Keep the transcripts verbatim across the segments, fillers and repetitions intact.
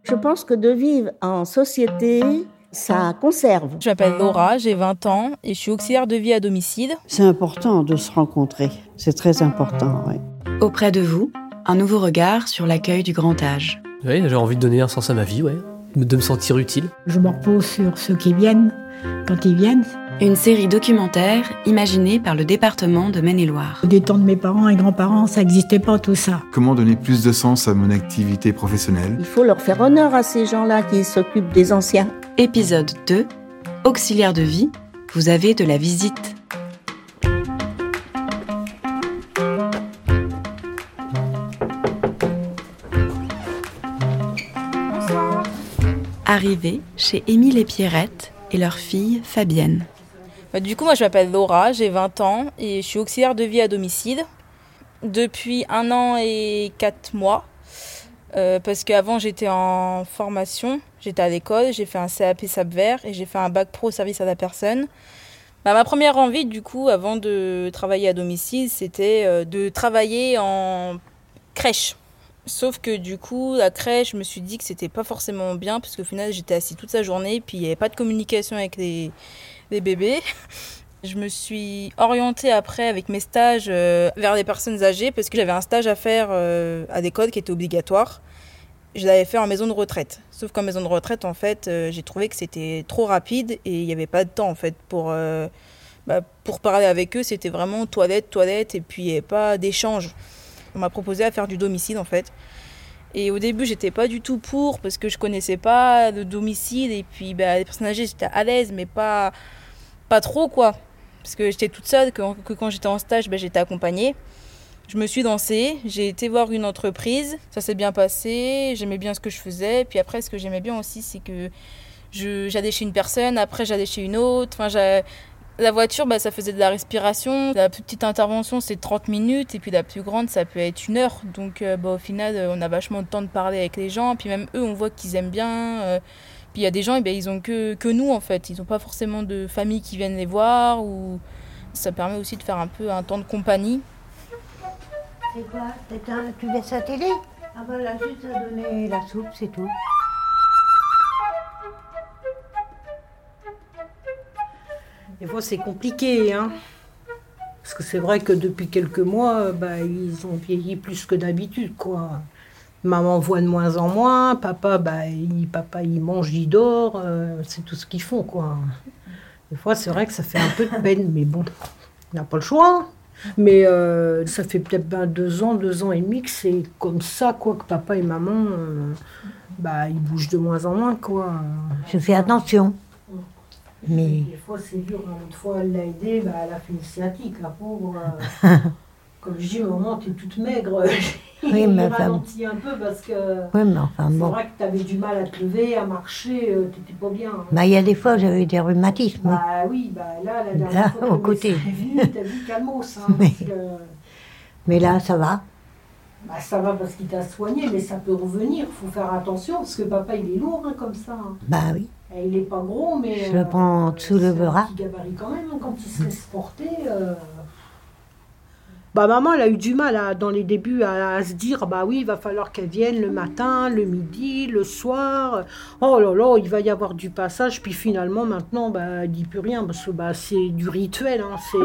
Je pense que de vivre en société, ça conserve. Je m'appelle Laura, j'ai vingt ans et je suis auxiliaire de vie à domicile. C'est important de se rencontrer, c'est très important, oui. Auprès de vous, un nouveau regard sur l'accueil du grand âge. Oui, j'ai envie de donner un sens à ma vie, ouais. De me sentir utile. Je me repose sur ceux qui viennent, quand ils viennent. Une série documentaire imaginée par le département de Maine-et-Loire. Des temps de mes parents et grands-parents, ça n'existait pas tout ça. Comment donner plus de sens à mon activité professionnelle ? Il faut leur faire honneur à ces gens-là qui s'occupent des anciens. Épisode deux, auxiliaire de vie, vous avez de la visite. Arrivée chez Émile et Pierrette et leur fille Fabienne. Bah, du coup, moi, je m'appelle Laura, j'ai vingt ans et je suis auxiliaire de vie à domicile depuis un an et quatre mois. Euh, parce qu'avant, j'étais en formation, j'étais à l'école, j'ai fait un C A P S A P Vert et j'ai fait un bac pro service à la personne. Bah, ma première envie, du coup, avant de travailler à domicile, c'était euh, de travailler en crèche. Sauf que du coup, la crèche, je me suis dit que c'était pas forcément bien parce qu'au final, j'étais assise toute la journée puis il n'y avait pas de communication avec les, les bébés. Je me suis orientée après avec mes stages euh, vers les personnes âgées parce que j'avais un stage à faire euh, à l'école qui était obligatoire. Je l'avais fait en maison de retraite. Sauf qu'en maison de retraite, en fait, euh, j'ai trouvé que c'était trop rapide et il n'y avait pas de temps en fait pour, euh, bah, pour parler avec eux. C'était vraiment toilette, toilette et puis il n'y avait pas d'échange. On m'a proposé à faire du domicile en fait. Et au début, j'étais pas du tout pour parce que je connaissais pas le domicile et puis bah, les personnes âgées, j'étais à l'aise mais pas, pas trop quoi. Parce que j'étais toute seule, que, que quand j'étais en stage, bah, j'étais accompagnée. Je me suis lancée, j'ai été voir une entreprise, ça s'est bien passé, j'aimais bien ce que je faisais. Puis après, ce que j'aimais bien aussi, c'est que je, j'allais chez une personne, après j'allais chez une autre. Enfin, j'ai... La voiture, bah, ça faisait de la respiration. La plus petite intervention, c'est trente minutes. Et puis la plus grande, ça peut être une heure. Donc euh, bah, au final, on a vachement de temps de parler avec les gens. Puis même eux, on voit qu'ils aiment bien. Euh, puis il y a des gens, eh bien, ils ont que, que nous, en fait. Ils n'ont pas forcément de famille qui viennent les voir. Ou... Ça permet aussi de faire un peu un temps de compagnie. C'est quoi ? Tu laisses la télé ? Ah ben là, juste à donner la soupe, c'est tout. Des fois, c'est compliqué, hein. Parce que c'est vrai que depuis quelques mois, bah, ils ont vieilli plus que d'habitude, quoi. Maman voit de moins en moins, papa, bah, il, papa, il mange, il dort, euh, c'est tout ce qu'ils font, quoi. Des fois, c'est vrai que ça fait un peu de peine, mais bon, on n'a pas le choix. Mais euh, ça fait peut-être ben, deux ans, deux ans et demi que c'est comme ça, quoi, que papa et maman, euh, bah, ils bougent de moins en moins, quoi. Je fais attention. Mais... Des fois, c'est dur. Une fois, elle l'a aidée, bah, elle a fait une sciatique, la pauvre. Euh, comme je dis, maman, t'es toute maigre. Oui, mais il ralentit un peu parce que oui, mais enfin, c'est bon. vrai que t'avais du mal à te lever, à marcher, euh, t'étais pas bien. Hein. Bah, il y a des fois, j'avais des rhumatismes. Bah oui, bah là, la dernière là, fois, au côté. est venue, t'as vu calmos. Hein, mais... parce que... mais là, ça va. Bah, ça va parce qu'il t'a soigné, mais ça peut revenir. Faut faire attention parce que papa, il est lourd hein, comme ça. Hein. Bah oui. Et il est pas gros, mais... Je le prends euh, sous le bras. C'est un petit gabarit quand même, hein, quand il se laisse porter... Euh... Bah, maman, elle a eu du mal à, dans les débuts à, à se dire, bah oui, il va falloir qu'elle vienne le matin, le midi, le soir. Oh là là, il va y avoir du passage. Puis finalement, maintenant, bah, elle dit plus rien parce que bah, c'est du rituel. Hein, c'est...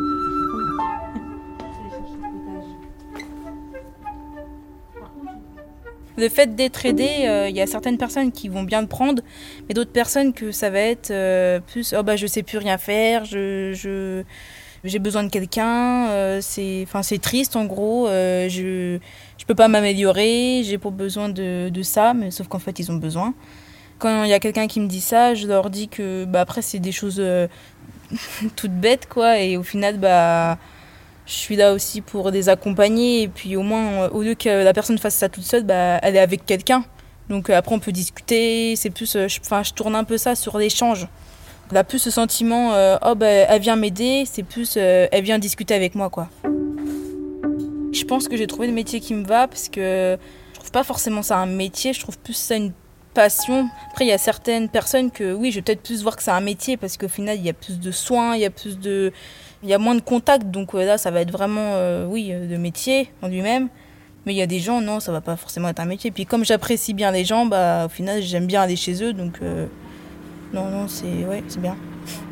Le fait d'être aidé, il euh, y a certaines personnes qui vont bien le prendre, mais d'autres personnes que ça va être euh, plus « oh bah je sais plus rien faire, je, je, j'ai besoin de quelqu'un, euh, c'est, enfin, c'est triste en gros, euh, je je peux pas m'améliorer, j'ai pas besoin de, de ça », mais sauf qu'en fait ils ont besoin. Quand il y a quelqu'un qui me dit ça, je leur dis que bah, après c'est des choses euh, toutes bêtes quoi, et au final bah... je suis là aussi pour les accompagner et puis au moins, au lieu que la personne fasse ça toute seule, bah, elle est avec quelqu'un. Donc après, on peut discuter. C'est plus, je, enfin, je tourne un peu ça sur l'échange. Elle a plus ce sentiment, euh, oh, bah, elle vient m'aider, c'est plus, euh, elle vient discuter avec moi, quoi. Je pense que j'ai trouvé le métier qui me va parce que je trouve pas forcément ça un métier, je trouve plus ça une passion. Après, il y a certaines personnes que, oui, je vais peut-être plus voir que c'est un métier parce qu'au final, il y a plus de soins, il y a plus de... il y a moins de contacts, donc euh, là, ça va être vraiment, euh, oui, euh, de métier en lui-même. Mais il y a des gens, non, ça va pas forcément être un métier. Puis comme j'apprécie bien les gens, bah, au final, j'aime bien aller chez eux. Donc, euh, non, non, c'est, ouais, c'est bien.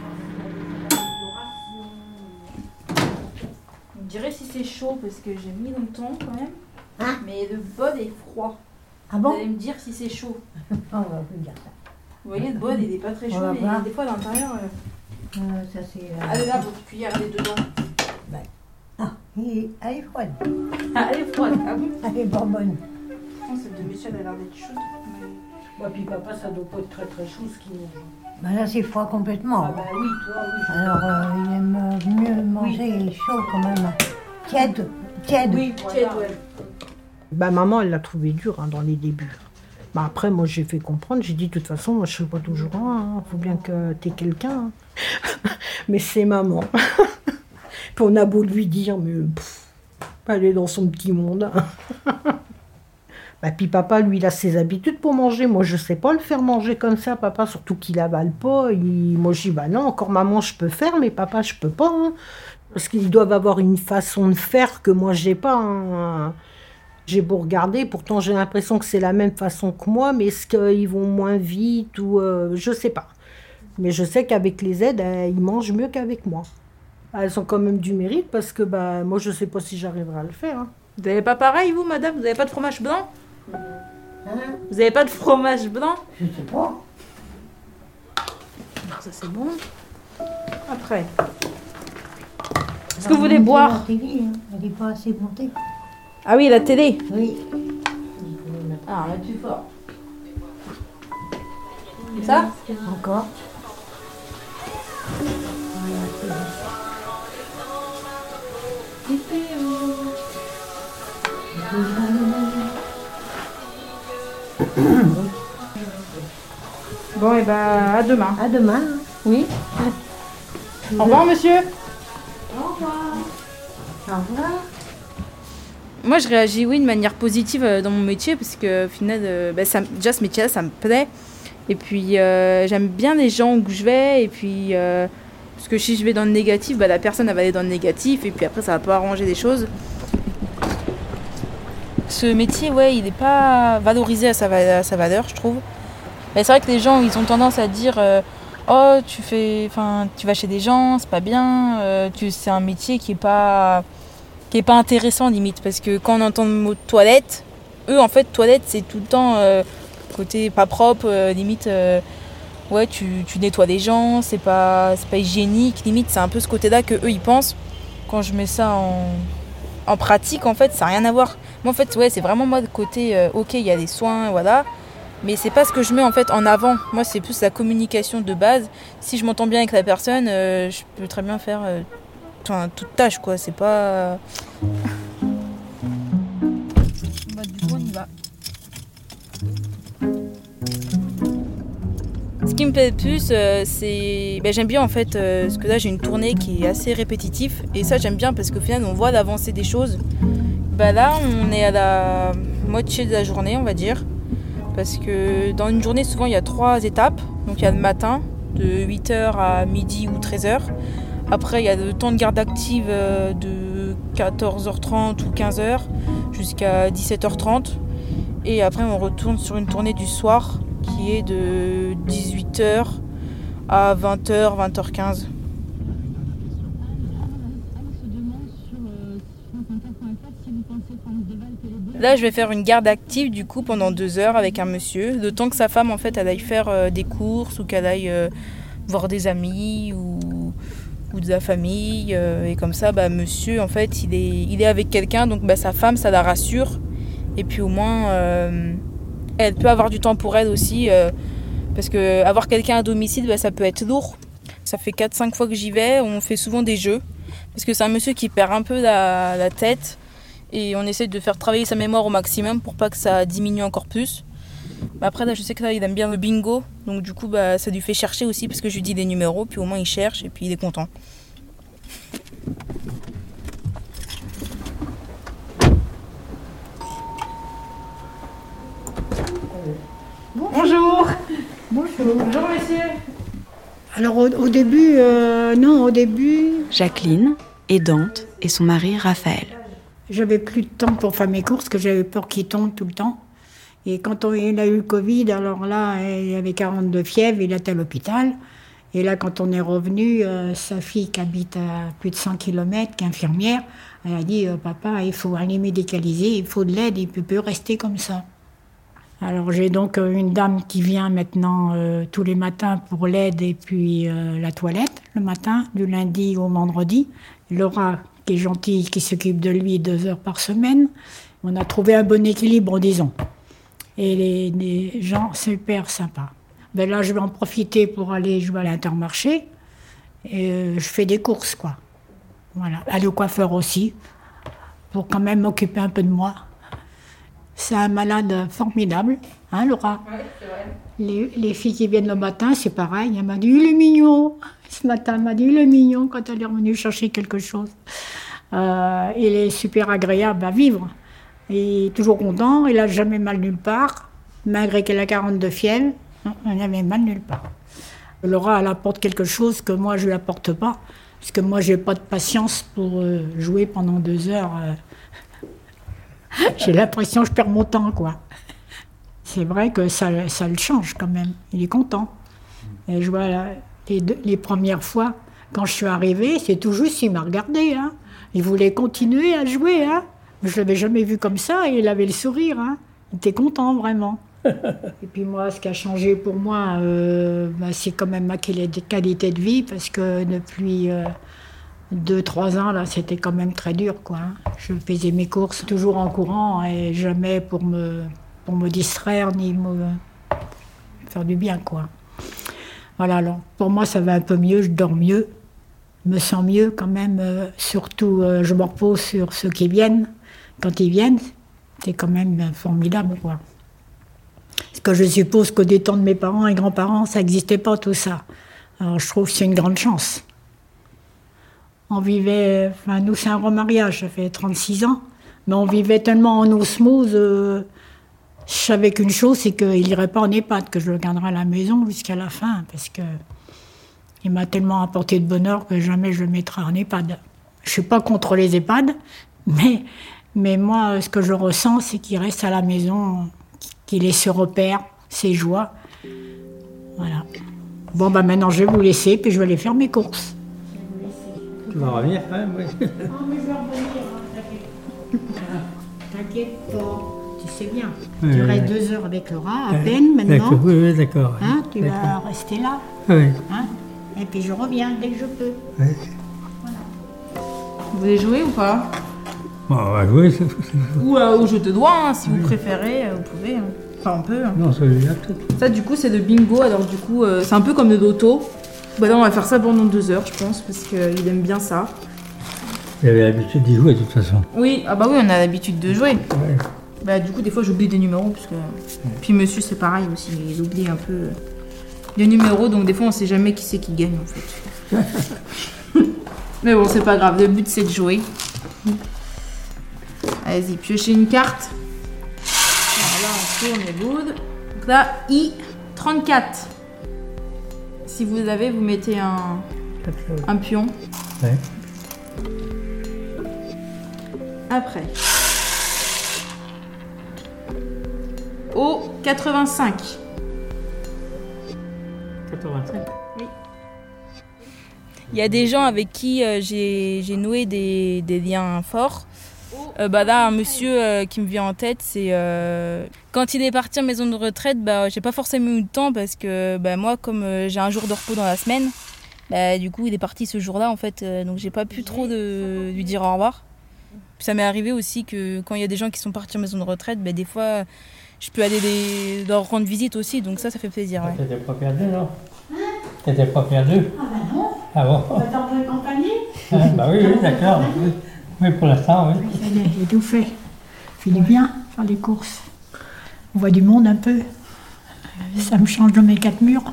On dirait si c'est chaud, parce que j'ai mis longtemps quand même. Hein? Mais le bol est froid. Ah bon? Vous allez me dire si c'est chaud. On va plus dire ça. Vous voyez, le bol, il est pas très chaud, mais voir. des fois, à l'intérieur... Euh... Euh, ça c'est... Euh... Allez là, votre cuillère, elle est dedans. Ben. Ah, il est... elle est froide. Ah, elle est froide, ah bon? Elle est bonbonne. Je pense que celle de Michel, elle a l'air d'être chaude. Mais... Ouais, puis papa, ça doit pas être très très chaud ce qu'il mange. Ben là c'est froid complètement. Ah bah oui, toi, oui. je- Alors euh, il aime euh, mieux manger chaud quand même. Tiède. Tiède. Oui, Voilà. tiède, ouais. Bah maman, elle l'a trouvé dur hein, dans les débuts. Bah après, moi, j'ai fait comprendre. J'ai dit, de toute façon, moi, je suis pas toujours là. Hein. Faut bien que t'aies quelqu'un. Hein. Mais c'est maman. Puis on a beau lui dire, mais pff, elle est dans son petit monde. Bah puis papa, lui, il a ses habitudes pour manger. Moi, je sais pas le faire manger comme ça, papa. Surtout qu'il avale pas. Il... Moi, je dis, bah non, encore maman, je peux faire, mais papa, je peux pas. Hein. Parce qu'ils doivent avoir une façon de faire que moi, j'ai pas. Hein. J'ai beau regarder, pourtant j'ai l'impression que c'est la même façon que moi, mais est-ce qu'ils vont moins vite ou euh, je sais pas. Mais je sais qu'avec les aides, euh, ils mangent mieux qu'avec moi. Elles ont quand même du mérite parce que bah, moi je sais pas si j'arriverai à le faire. Hein. Vous n'avez pas pareil, vous, madame? Vous n'avez pas de fromage blanc? Hein? Vous n'avez pas de fromage blanc? Je sais pas. Ça, c'est bon. Après. Est-ce que vous voulez boire? La télé, hein. Elle n'est pas assez montée. Ah oui, la télé. Oui. Ah, on va plus fort. Et ça? Encore. Bon, et bah, à demain. À demain. Oui. Au revoir, monsieur. Au revoir. Au revoir. Moi, je réagis, oui, de manière positive euh, dans mon métier, parce que, au final, euh, bah, ça, déjà, ce métier-là, ça me plaît. Et puis, euh, j'aime bien les gens où je vais. Et puis, euh, parce que si je vais dans le négatif, bah, la personne, elle va aller dans le négatif. Et puis après, ça va pas arranger les choses. Ce métier, ouais, il n'est pas valorisé à sa, va- à sa valeur, je trouve. Mais c'est vrai que les gens, ils ont tendance à dire euh, oh, tu fais, enfin, tu vas chez des gens, c'est pas bien. Euh, tu, c'est un métier qui est pas... qui est pas intéressant limite, parce que quand on entend le mot toilette, eux en fait toilette c'est tout le temps euh, côté pas propre, euh, limite euh, ouais tu, tu nettoies les gens, c'est pas, c'est pas hygiénique, limite c'est un peu ce côté là que eux ils pensent. Quand je mets ça en, en pratique en fait ça n'a rien à voir. Moi en fait ouais c'est vraiment moi le côté euh, ok il y a des soins voilà, mais c'est pas ce que je mets en fait en avant. Moi c'est plus la communication de base. Si je m'entends bien avec la personne, euh, je peux très bien faire euh, Enfin, toute tâche quoi, c'est pas... Bah, du coup on y va. Ce qui me plaît le plus, euh, c'est... Bah, j'aime bien en fait, euh, parce que là j'ai une tournée qui est assez répétitive, et ça j'aime bien parce qu'au final on voit l'avancée des choses. Bah là on est à la moitié de la journée on va dire, parce que dans une journée souvent il y a trois étapes, donc il y a le matin de huit heures à midi ou treize heures. Après, il y a le temps de garde active de quatorze heures trente ou quinze heures jusqu'à dix-sept heures trente. Et après, on retourne sur une tournée du soir qui est de dix-huit heures à vingt heures, vingt heures quinze. Là, je vais faire une garde active du coup pendant deux heures avec un monsieur, le temps que sa femme en fait elle aille faire euh, des courses ou qu'elle aille euh, voir des amis ou ou de la famille euh, et comme ça bah monsieur en fait il est il est avec quelqu'un donc bah sa femme ça la rassure et puis au moins euh, elle peut avoir du temps pour elle aussi euh, parce que avoir quelqu'un à domicile bah, ça peut être lourd. Ça fait quatre cinq fois que j'y vais, on fait souvent des jeux parce que c'est un monsieur qui perd un peu la, la tête et on essaie de faire travailler sa mémoire au maximum pour pas que ça diminue encore plus. Bah après là je sais que là il aime bien le bingo, donc du coup bah ça lui fait chercher aussi parce que je lui dis des numéros puis au moins il cherche et puis il est content. Bonjour. Bonjour. Bonjour monsieur. Alors au, au début, euh, non, au début, Jacqueline, aidante, et son mari Raphaël. J'avais plus de temps pour faire mes courses, que j'avais peur qu'il tombe tout le temps. Et quand on, il a eu le Covid, alors là, il avait quarante-deux fièvres, il était à l'hôpital. Et là, quand on est revenu, euh, sa fille qui habite à plus de cent kilomètres, qui est infirmière, elle a dit euh, « Papa, il faut aller médicaliser, il faut de l'aide, il ne peut plus rester comme ça. » Alors j'ai donc euh, une dame qui vient maintenant euh, tous les matins pour l'aide et puis euh, la toilette, le matin, du lundi au vendredi. Laura, qui est gentille, qui s'occupe de lui deux heures par semaine. On a trouvé un bon équilibre, disons. Et les, les gens super sympas. Ben là, je vais en profiter pour aller jouer à l'Intermarché. Et euh, je fais des courses, quoi. Voilà. Aller au coiffeur aussi, pour quand même m'occuper un peu de moi. C'est un malade formidable, hein, Laura? Oui, c'est vrai. Les, les filles qui viennent le matin, c'est pareil. Elle m'a dit, il est mignon. Ce matin, elle m'a dit, il est mignon quand elle est revenue chercher quelque chose. Euh, il est super agréable à vivre. Il est toujours content, il n'a jamais mal nulle part, malgré qu'elle a quarante-deux fièvres. Elle n'avait mal nulle part. Laura, elle apporte quelque chose que moi, je ne lui apporte pas. Parce que moi, je n'ai pas de patience pour euh, jouer pendant deux heures. Euh... J'ai l'impression que je perds mon temps, quoi. C'est vrai que ça, ça le change quand même. Il est content. Et je vois là, les, deux, les premières fois, quand je suis arrivée, c'est tout juste, il m'a regardé. Hein. Il voulait continuer à jouer. Hein. Je ne l'avais jamais vu comme ça et il avait le sourire. Hein. Il était content, vraiment. Et puis moi, ce qui a changé pour moi, euh, bah, c'est quand même ma qualité de vie, parce que depuis euh, deux, trois ans, là, c'était quand même très dur, quoi. Hein. Je faisais mes courses toujours en courant et jamais pour me, pour me distraire ni me faire du bien, quoi. Voilà, alors pour moi, ça va un peu mieux, je dors mieux, je me sens mieux quand même. Euh, surtout, euh, je me repose sur ceux qui viennent. Quand ils viennent, c'est quand même formidable, quoi. Parce que je suppose qu'au des temps de mes parents et grands-parents, ça n'existait pas tout ça. Alors je trouve que c'est une grande chance. On vivait, enfin nous c'est un remariage, ça fait trente-six ans, mais on vivait tellement en osmose, euh, je savais qu'une chose, c'est qu'il n'irait pas en EHPAD, que je le garderais à la maison jusqu'à la fin, parce que il m'a tellement apporté de bonheur que jamais je le mettrai en EHPAD. Je ne suis pas contre les EHPAD, mais, mais moi, ce que je ressens, c'est qu'il reste à la maison, qu'il ait ses repères, ses joies. Voilà. Bon, bah maintenant, je vais vous laisser, puis je vais aller faire mes courses. Tu vas revenir quand même, oui. Ah, mais je vais revenir, hein, t'inquiète pas. Tu sais bien. Oui, tu oui, restes oui. deux heures avec Laura, à peine maintenant. Oui, oui, d'accord. Hein, tu vas rester là. Oui. Hein, et puis je reviens dès que je peux. Oui. Voilà. Vous voulez jouer ou pas? Bon, on va jouer. Ou euh, au jeu de doigts, hein, si oui. vous préférez, vous pouvez. Hein. Enfin, on peut. Hein. Non, celui-là, peut-être. Ça, du coup, c'est de bingo. Alors, du coup, euh, c'est un peu comme de loto. Bah là, on va faire ça pendant deux heures, je pense, parce qu'il aime bien ça. Il avait l'habitude d'y jouer, de toute façon. Oui, ah bah oui, on a l'habitude de jouer. Ouais. Bah, du coup, des fois, j'oublie des numéros, parce que... Ouais. Puis monsieur, c'est pareil aussi, il oublie un peu les numéros, donc des fois, on sait jamais qui c'est qui gagne, en fait. Mais bon, c'est pas grave, le but, c'est de jouer. Allez-y, piochez une carte. Alors là, on tourne les boudes. Donc là, I trente-quatre. Si vous avez, vous mettez un, un pion. Ouais. Après. Au quatre-vingt-cinq. quatre-vingt-cinq. Oui. Il y a des gens avec qui euh, j'ai, j'ai noué des, des liens forts. Euh, bah là, un monsieur euh, qui me vient en tête, c'est euh, quand il est parti en maison de retraite, bah, j'ai pas forcément eu le temps parce que bah, moi, comme euh, j'ai un jour de repos dans la semaine, bah, du coup, il est parti ce jour-là en fait, euh, donc j'ai pas pu trop de lui dire au revoir. Puis ça m'est arrivé aussi que quand il y a des gens qui sont partis en maison de retraite, bah, des fois, je peux aller les, leur rendre visite aussi, donc ça, ça fait plaisir. Ouais. T'étais pas perdu, non? T'étais pas perdu? Ah bah non. Ah bon? On va t'en faire compagnie? Ah, bah oui, oui, d'accord. Oui. Oui, pour l'instant, oui. J'ai tout fait. Fini bien, faire les courses. On voit du monde un peu. Ça me change de mes quatre murs.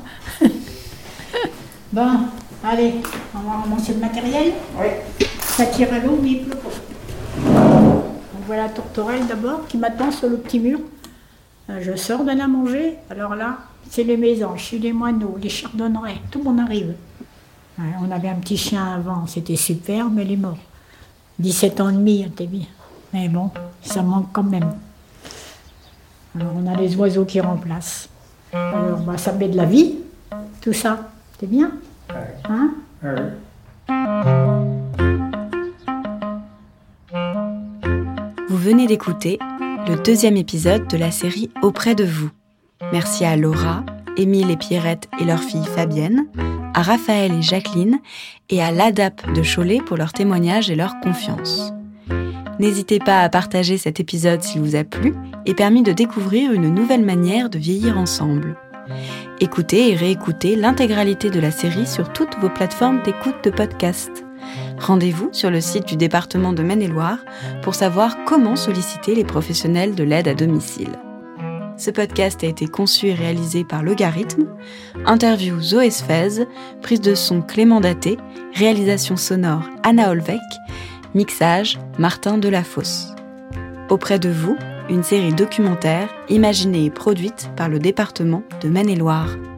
Bon, allez, on va ramasser le matériel. Oui. Ça tire à l'eau, mais il pleut pas. On voit la tourterelle d'abord qui m'attend sur le petit mur. Je sors de la manger. Alors là, c'est les mésanges, les moineaux, les chardonnerets. Tout le monde arrive. On avait un petit chien avant, c'était super, mais il est mort. dix-sept ans et demi, c'était bien. Mais bon, ça manque quand même. Alors on a les oiseaux qui remplacent. Alors bah, ça met de la vie, tout ça. C'est bien, hein? Vous venez d'écouter le deuxième épisode de la série Auprès de vous. Merci à Laura, Émile et Pierrette et leur fille Fabienne, à Raphaël et Jacqueline et à l'A D A P de Cholet pour leur témoignage et leur confiance. N'hésitez pas à partager cet épisode s'il vous a plu et permis de découvrir une nouvelle manière de vieillir ensemble. Écoutez et réécoutez l'intégralité de la série sur toutes vos plateformes d'écoute de podcast. Rendez-vous sur le site du département de Maine-et-Loire pour savoir comment solliciter les professionnels de l'aide à domicile. Ce podcast a été conçu et réalisé par Logarithme, interview Zoé Sfez, prise de son Clément Daté, réalisation sonore Anna Olvec, mixage Martin Delafosse. Auprès de vous, une série documentaire imaginée et produite par le département de Maine-et-Loire.